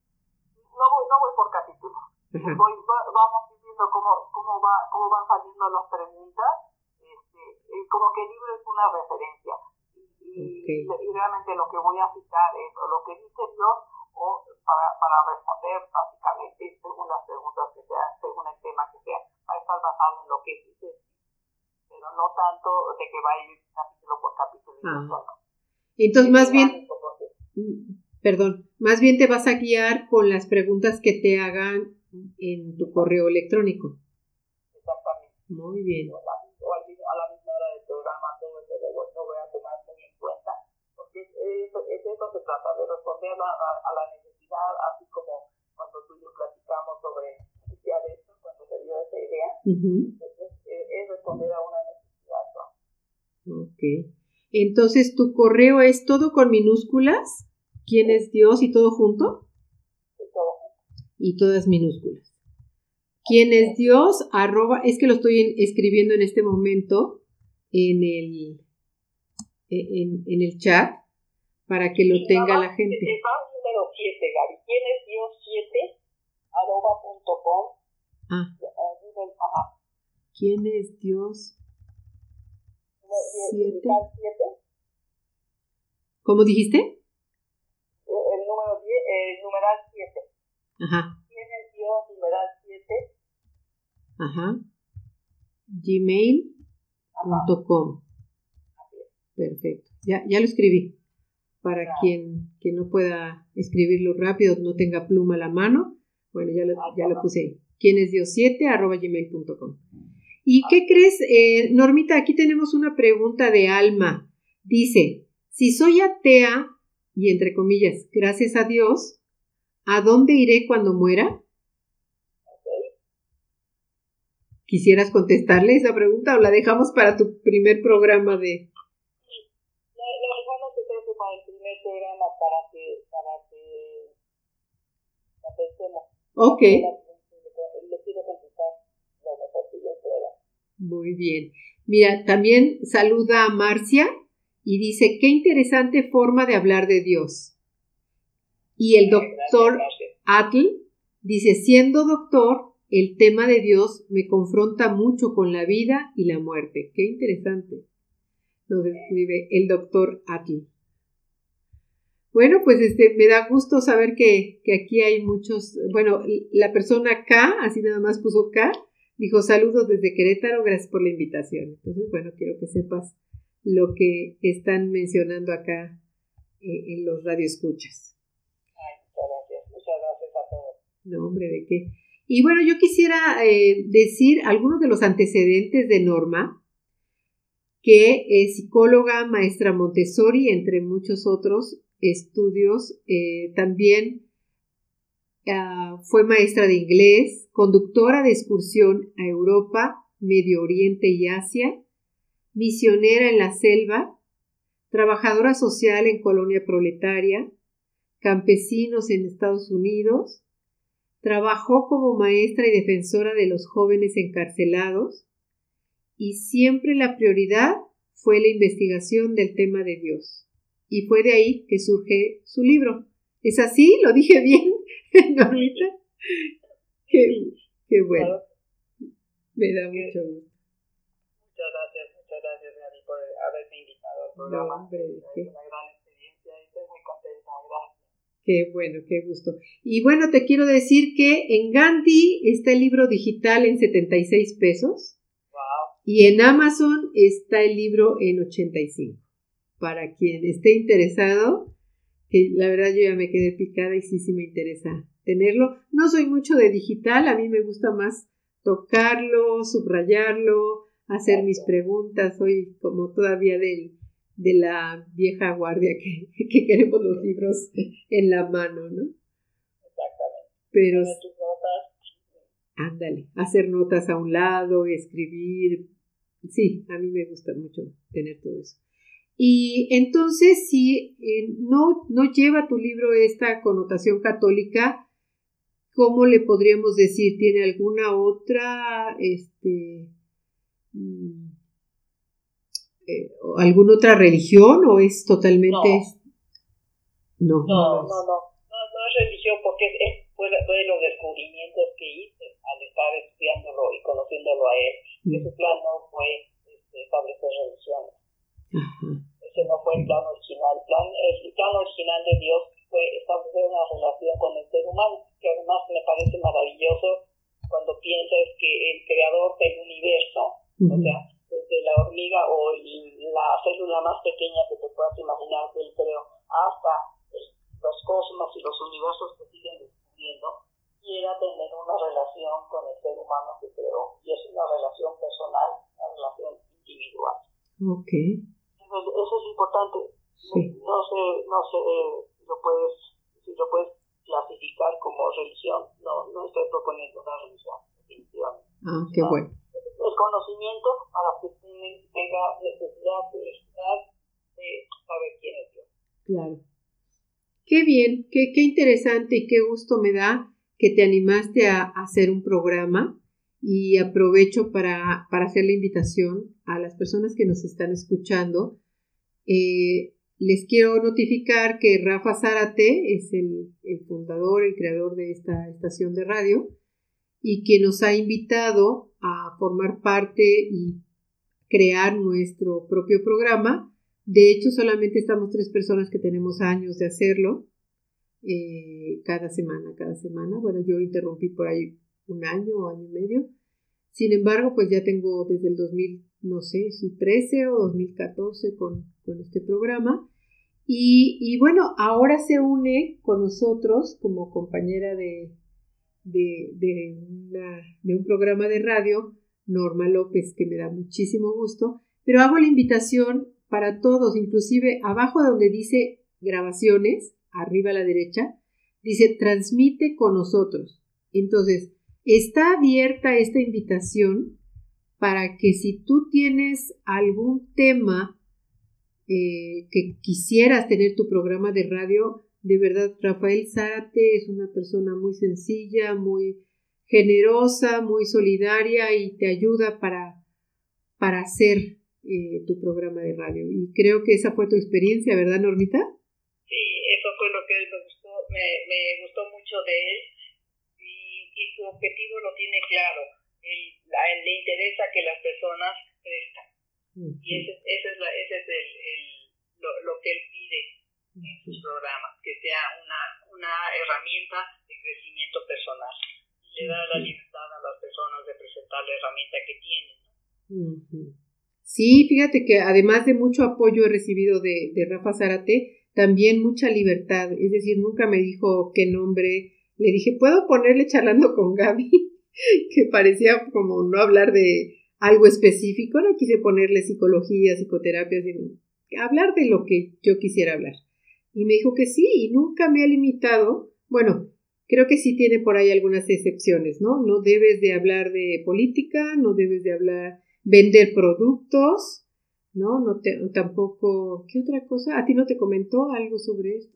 No voy por capítulos. Vamos viendo cómo van saliendo las preguntas. Como que el libro es una referencia. Y realmente lo que voy a citar es lo que dice Dios o para responder básicamente según las preguntas que sean, según el tema que sea. Va a estar basado en lo que dice, pero no tanto de que va a ir capítulo por capítulo. Entonces, más bien te vas a guiar con las preguntas que te hagan en tu correo electrónico. Exactamente. Muy bien. O a la misma hora del programa, todo eso lo voy a tomar muy en cuenta, porque es eso se trata, de responder a la necesidad, así como cuando tú y yo platicamos sobre ya de esto, cuando se dio esa idea, es responder a una necesidad. Ok. Entonces, ¿tu correo es todo con minúsculas? ¿Quién es Dios y todo junto? Sí, todo junto. Y todas minúsculas. ¿Quién es Dios? @ es que lo estoy escribiendo en este momento en el chat para que lo tenga la gente. El paso número 7, Gaby. ¿Quién es Dios 7? @.com. ¿Quién es Dios 7? ¿Cómo dijiste? El número 10, el numeral 7. Ajá. ¿Quién es Dios numeral 7? Ajá. gmail.com. Perfecto. Ya lo escribí. Para quien no pueda escribirlo rápido, no tenga pluma a la mano, bueno, ya lo puse ahí. ¿Quién es Dios 7? @gmail.com. ¿Y qué crees, Normita? Aquí tenemos una pregunta de Alma. Dice, si soy atea, y entre comillas, gracias a Dios, ¿a dónde iré cuando muera? ¿Quisieras contestarle esa pregunta o la dejamos para tu primer programa de...? La dejamos para el primer programa para que la pensemos. Ok. Le quiero contestar lo mejor que yo pueda. Muy bien. Mira, también saluda a Marcia y dice, qué interesante forma de hablar de Dios. Y el doctor Atl dice, siendo doctor, el tema de Dios me confronta mucho con la vida y la muerte. Qué interesante. Nos escribe el doctor Atl. Bueno, pues me da gusto saber que aquí hay muchos, bueno, la persona K, así nada más puso K, dijo saludos desde Querétaro, gracias por la invitación. Entonces, bueno, quiero que sepas lo que están mencionando acá en los radioescuchas. Muchas No, hombre, ¿de qué? Y bueno, yo quisiera decir algunos de los antecedentes de Norma, que es psicóloga, maestra Montessori, entre muchos otros estudios. También fue maestra de inglés, conductora de excursión a Europa, Medio Oriente y Asia, misionera en la selva, trabajadora social en colonia proletaria, campesinos en Estados Unidos, trabajó como maestra y defensora de los jóvenes encarcelados, y siempre la prioridad fue la investigación del tema de Dios. Y fue de ahí que surge su libro. ¿Es así? ¿Lo dije bien, Normita? Qué bueno. Me da mucho gusto. Muchas gracias, Gaby, por haberme invitado al programa. No, hombre, es una gran experiencia y estoy muy contenta. Gracias. Qué bueno, qué gusto. Y bueno, te quiero decir que en Gandhi está el libro digital en 76 pesos. Y en Amazon está el libro en 85. Para quien esté interesado, que la verdad yo ya me quedé picada y sí me interesa tenerlo. No soy mucho de digital, a mí me gusta más tocarlo, subrayarlo, hacer mis preguntas. Soy como todavía de la vieja guardia que queremos los libros en la mano, ¿no? Exactamente. Pero tus notas. Ándale, hacer notas a un lado, escribir. Sí, a mí me gusta mucho tener todo eso. Y entonces, si no lleva tu libro esta connotación católica, ¿cómo le podríamos decir? ¿Tiene alguna otra, alguna otra religión o es totalmente? No es religión porque fue de los descubrimientos que hice al estar estudiándolo y conociéndolo a él. Que su plan no fue establecer religiones. Ese no fue el plan original. El plan original de Dios fue establecer una relación con el ser humano, que además me parece maravilloso cuando piensas que el creador del universo, o sea, desde la hormiga o la célula más pequeña que te puedas imaginar que él creó, hasta los cosmos y los universos que siguen descubriendo, quiera tener una relación con el ser humano que creó. Y es una relación personal, una relación individual. Ok. Eso es importante. Sí. No sé si lo puedes clasificar como religión. No estoy proponiendo una religión, definitivamente. Qué bueno. El conocimiento para que tenga necesidad de saber quién es Dios. Claro. Qué bien, qué interesante y qué gusto me da que te animaste a hacer un programa, y aprovecho para hacer la invitación a las personas que nos están escuchando. Les quiero notificar que Rafa Zárate es el fundador, el creador de esta estación de radio, y que nos ha invitado a formar parte y crear nuestro propio programa. De hecho, solamente estamos 3 personas que tenemos años de hacerlo, cada semana. Bueno, yo interrumpí por ahí 1 año o año y medio. Sin embargo, pues ya tengo desde el 2013 o 2014 con este programa. Y bueno, ahora se une con nosotros como compañera de un programa de radio, Norma López, que me da muchísimo gusto. Pero hago la invitación para todos, inclusive abajo donde dice grabaciones, arriba a la derecha, dice transmite con nosotros. Entonces, está abierta esta invitación para que si tú tienes algún tema que quisieras tener tu programa de radio, de verdad, Rafael Zárate es una persona muy sencilla, muy generosa, muy solidaria y te ayuda para hacer tu programa de radio. Y creo que esa fue tu experiencia, ¿verdad, Normita? Sí, eso fue lo que me gustó mucho de él, y su objetivo lo tiene claro. Le interesa que las personas crezcan. Y ese es lo que él pide en sus programas, que sea una herramienta de crecimiento personal. Y le da la libertad a las personas de presentar la herramienta que tienen. Sí, fíjate que además de mucho apoyo he recibido de Rafa Zárate, también mucha libertad. Es decir, nunca me dijo qué nombre le dije, ¿puedo ponerle charlando con Gaby? Que parecía como no hablar de algo específico, no quise ponerle psicología, psicoterapia, sino hablar de lo que yo quisiera hablar. Y me dijo que sí, y nunca me ha limitado. Bueno, creo que sí tiene por ahí algunas excepciones, ¿no? No debes de hablar de política, no debes de vender productos, ¿no? Tampoco, ¿qué otra cosa? ¿A ti no te comentó algo sobre esto?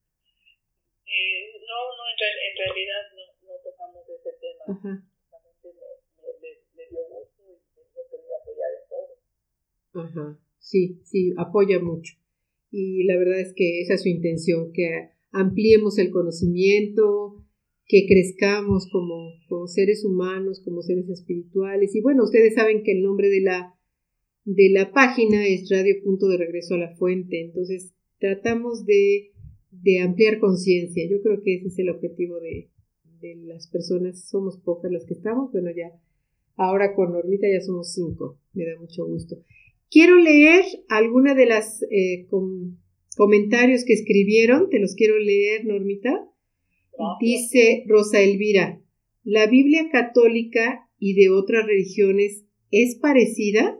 No, en realidad no tocamos ese tema. Ajá. Le dio gusto y yo quería apoyar en todo. Ajá, sí, apoya mucho. Y la verdad es que esa es su intención, que ampliemos el conocimiento, que crezcamos como seres humanos, como seres espirituales. Y bueno, ustedes saben que el nombre de la página es Radio Punto de Regreso a la Fuente. Entonces, tratamos de ampliar conciencia. Yo creo que ese es el objetivo de las personas. Somos pocas las que estamos. Bueno, ya ahora con Normita ya somos 5. Me da mucho gusto. Quiero leer alguna de las comentarios que escribieron. Te los quiero leer, Normita. Gracias. Dice Rosa Elvira, ¿la Biblia católica y de otras religiones es parecida?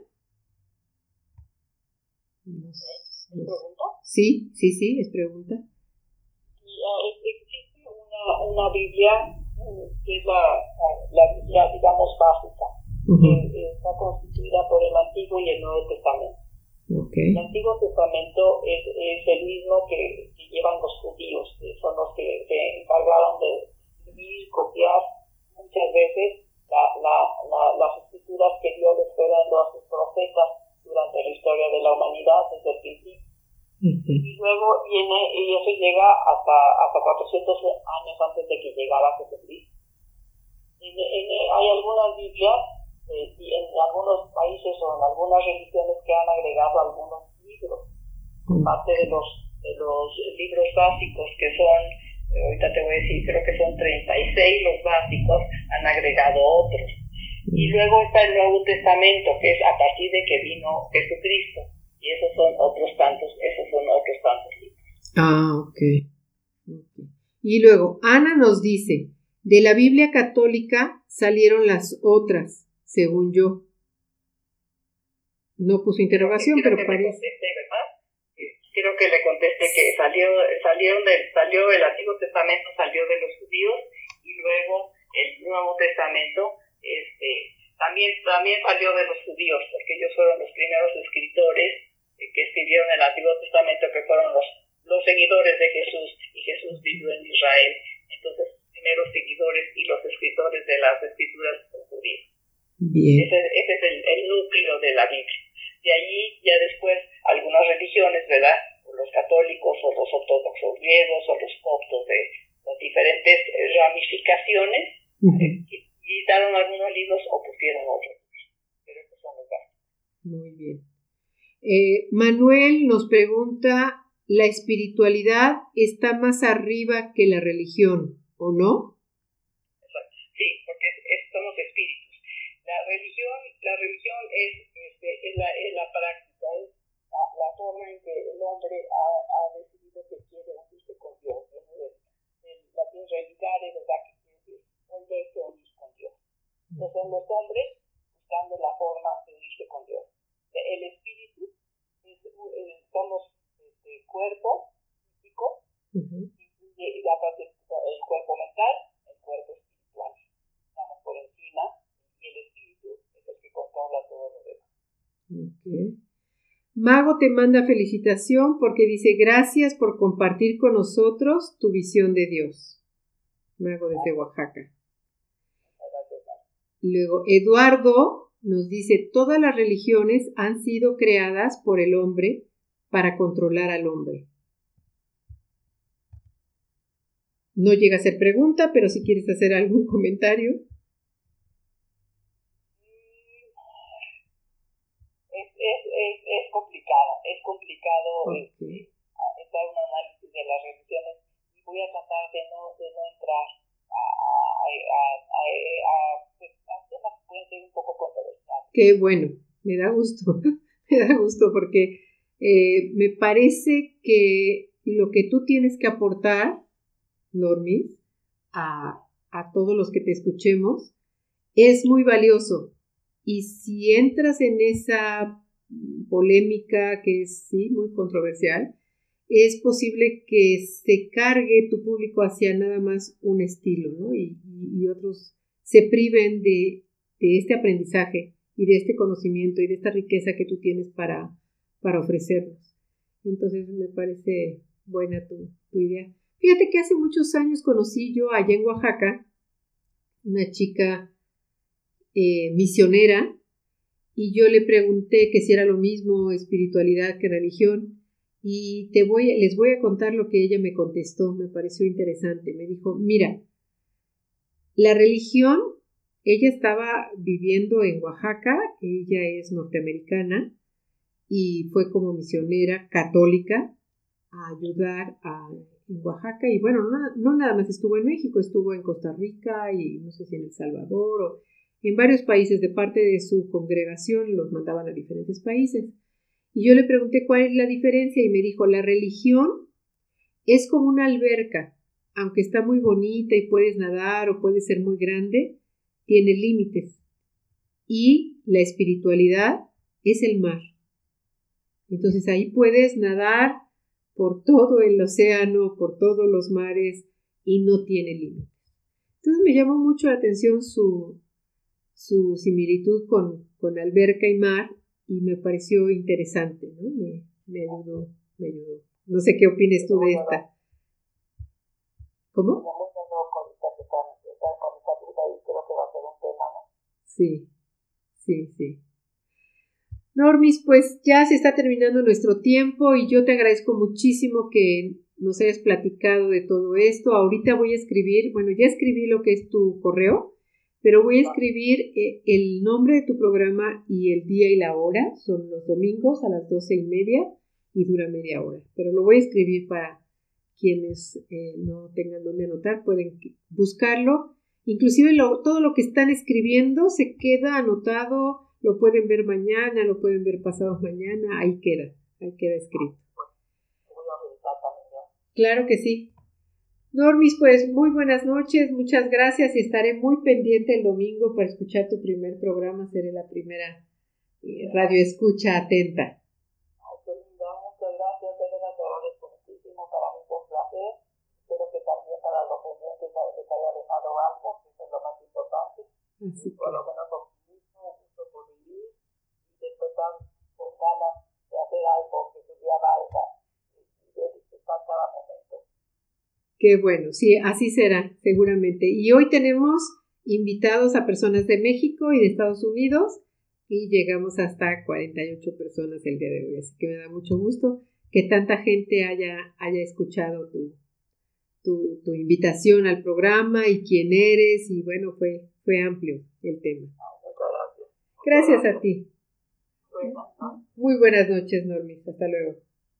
¿Es pregunta? Sí, es pregunta. Existe una Biblia que es la Biblia, digamos, básica. Está constituida por el Antiguo y el Nuevo Testamento. Okay. El Antiguo Testamento es el mismo que llevan los judíos, que son los que se encargaron de escribir, copiar muchas veces las escrituras que Dios les fue dando a sus profetas durante la historia de la humanidad desde el principio. Y luego viene, y eso llega hasta 400 años antes de que llegara Jesucristo. Hay algunas Biblias en algunos países o en algunas religiones que han agregado algunos libros, parte de los libros básicos que son, ahorita te voy a decir, creo que son 36 los básicos, han agregado otros. Y luego está el Nuevo Testamento, que es a partir de que vino Jesucristo, y esos son otros tantos libros. Ok. Y luego, Ana nos dice, de la Biblia católica salieron las otras, según yo. No puso interrogación, pero parece. Quiero que le conteste que salió el Antiguo Testamento, salió de los judíos, y luego el Nuevo Testamento también salió de los judíos, porque ellos fueron los primeros escritores que escribieron el Antiguo Testamento, que fueron los seguidores de Jesús, y Jesús vivió en Israel. Entonces, primeros seguidores y los escritores de las escrituras son judíos. Bien. Ese es el núcleo de la Biblia. De allí ya después algunas religiones, ¿verdad? Los católicos o los ortodoxos griegos o los coptos de las diferentes ramificaciones, quitaron algunos libros o pusieron otros. Pero estos son los básicos. Muy bien. Manuel nos pregunta, ¿la espiritualidad está más arriba que la religión, o no? Sí, porque somos espíritus. La religión es la práctica, es la forma en que el hombre ha decidido que quiere unirse con Dios. El latín religare, ¿verdad? Que quiere decir volverse a unir con Dios. Entonces son los hombres buscando la forma de unirse con Dios. El espíritu somos cuerpo físico, y la parte el cuerpo mental, el cuerpo espiritual. Estamos por encima y el espíritu es el que controla todo lo demás. Okay. Mago te manda felicitación porque dice gracias por compartir con nosotros tu visión de Dios. Mago desde Oaxaca. Luego Eduardo nos dice todas las religiones han sido creadas por el hombre para controlar al hombre. No llega a ser pregunta, pero si quieres hacer algún comentario. Es complicado okay. Hacer un análisis de las religiones, y voy a tratar de no entrar a temas que pueden ser un poco controversiales. Qué bueno, me da gusto porque me parece que lo que tú tienes que aportar, Normis, a todos los que te escuchemos, es muy valioso. Y si entras en esa polémica que es, sí, muy controversial, es posible que se cargue tu público hacia nada más un estilo, ¿no? Y otros se priven de este aprendizaje y de este conocimiento y de esta riqueza que tú tienes para ofrecernos. Entonces me parece buena tu idea. Fíjate que hace muchos años conocí yo allá en Oaxaca una chica misionera, y yo le pregunté que si era lo mismo espiritualidad que religión, y les voy a contar lo que ella me contestó. Me pareció interesante. Me dijo, mira, la religión, ella estaba viviendo en Oaxaca, ella es norteamericana y fue como misionera católica a ayudar en Oaxaca, y bueno, no nada más estuvo en México, estuvo en Costa Rica y no sé si en El Salvador o en varios países. De parte de su congregación los mandaban a diferentes países. Y yo le pregunté cuál es la diferencia y me dijo, la religión es como una alberca, aunque está muy bonita y puedes nadar o puede ser muy grande, tiene límites. Y la espiritualidad es el mar. Entonces ahí puedes nadar por todo el océano, por todos los mares, y no tiene límites. Entonces me llamó mucho la atención su similitud con alberca y mar, y me pareció interesante, ¿no? Me ayudó. No sé qué opines tú de esta. ¿Cómo? Sí. Normis, pues ya se está terminando nuestro tiempo y yo te agradezco muchísimo que nos hayas platicado de todo esto. Ahorita voy a escribir, bueno, ya escribí lo que es tu correo, pero voy a escribir el nombre de tu programa y el día y la hora. Son los domingos a las 12:30 y dura media hora. Pero lo voy a escribir para quienes no tengan dónde anotar, pueden buscarlo. Inclusive todo lo que están escribiendo se queda anotado. Lo pueden ver mañana, lo pueden ver pasado mañana, ahí queda escrito. Claro que sí. Normis, pues muy buenas noches, muchas gracias y estaré muy pendiente el domingo para escuchar tu primer programa. Seré la primera radio escucha atenta. Muchas gracias, Elena, te agradezco muchísimo. Para mí fue un placer. Espero que también para los oyentes les haya dejado algo, que es lo más importante. Así que... por lo menos con ganas de hacer algo que tu día valga y de disfrutar cada momento. Qué bueno, sí, así será, seguramente. Y hoy tenemos invitados a personas de México y de Estados Unidos y llegamos hasta 48 personas el día de hoy, así que me da mucho gusto que tanta gente haya escuchado tu invitación al programa y quién eres, y bueno, fue amplio el tema. Muchas gracias. Gracias a ti. Muy buenas noches, Normis. Hasta luego.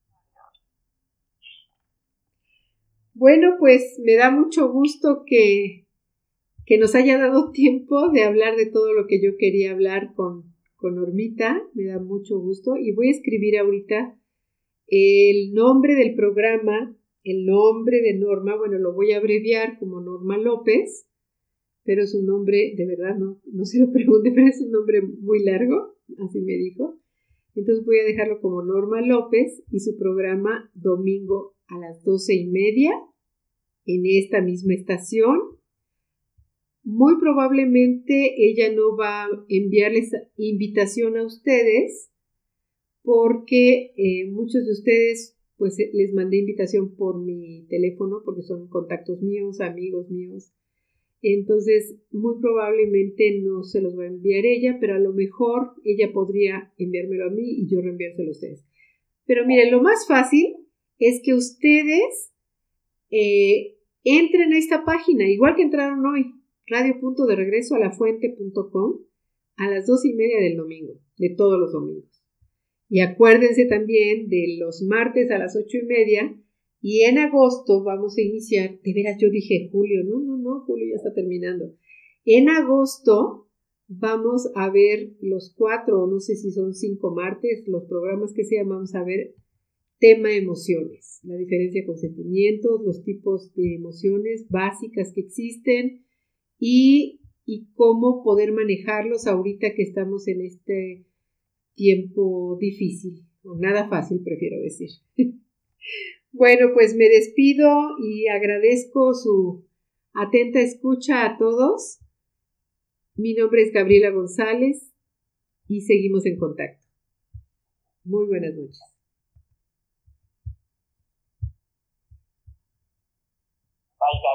Bueno, pues me da mucho gusto que nos haya dado tiempo de hablar de todo lo que yo quería hablar con Normita. Me da mucho gusto y voy a escribir ahorita el nombre del programa, el nombre de Norma. Bueno, lo voy a abreviar como Norma López, pero es un nombre, de verdad, no se lo pregunte, pero es un nombre muy largo, así me dijo. Entonces voy a dejarlo como Norma López y su programa domingo a las 12:30 en esta misma estación. Muy probablemente ella no va a enviarles invitación a ustedes porque muchos de ustedes pues les mandé invitación por mi teléfono porque son contactos míos, amigos míos. Entonces, muy probablemente no se los va a enviar ella, pero a lo mejor ella podría enviármelo a mí y yo reenviárselo a ustedes. Pero miren, lo más fácil es que ustedes entren a esta página, igual que entraron hoy, radio.deregresoalafuente.com a las 2:30 del domingo, de todos los domingos. Y acuérdense también de los martes a las 8:30. Y en agosto vamos a iniciar, de veras yo dije julio, no, julio ya está terminando. En agosto vamos a ver los 4, o no sé si son 5 martes, los programas que sean, vamos a ver tema emociones, la diferencia con sentimientos, los tipos de emociones básicas que existen y cómo poder manejarlos ahorita que estamos en este tiempo difícil, o nada fácil, prefiero decir. Bueno, pues me despido y agradezco su atenta escucha a todos. Mi nombre es Gabriela González y seguimos en contacto. Muy buenas noches.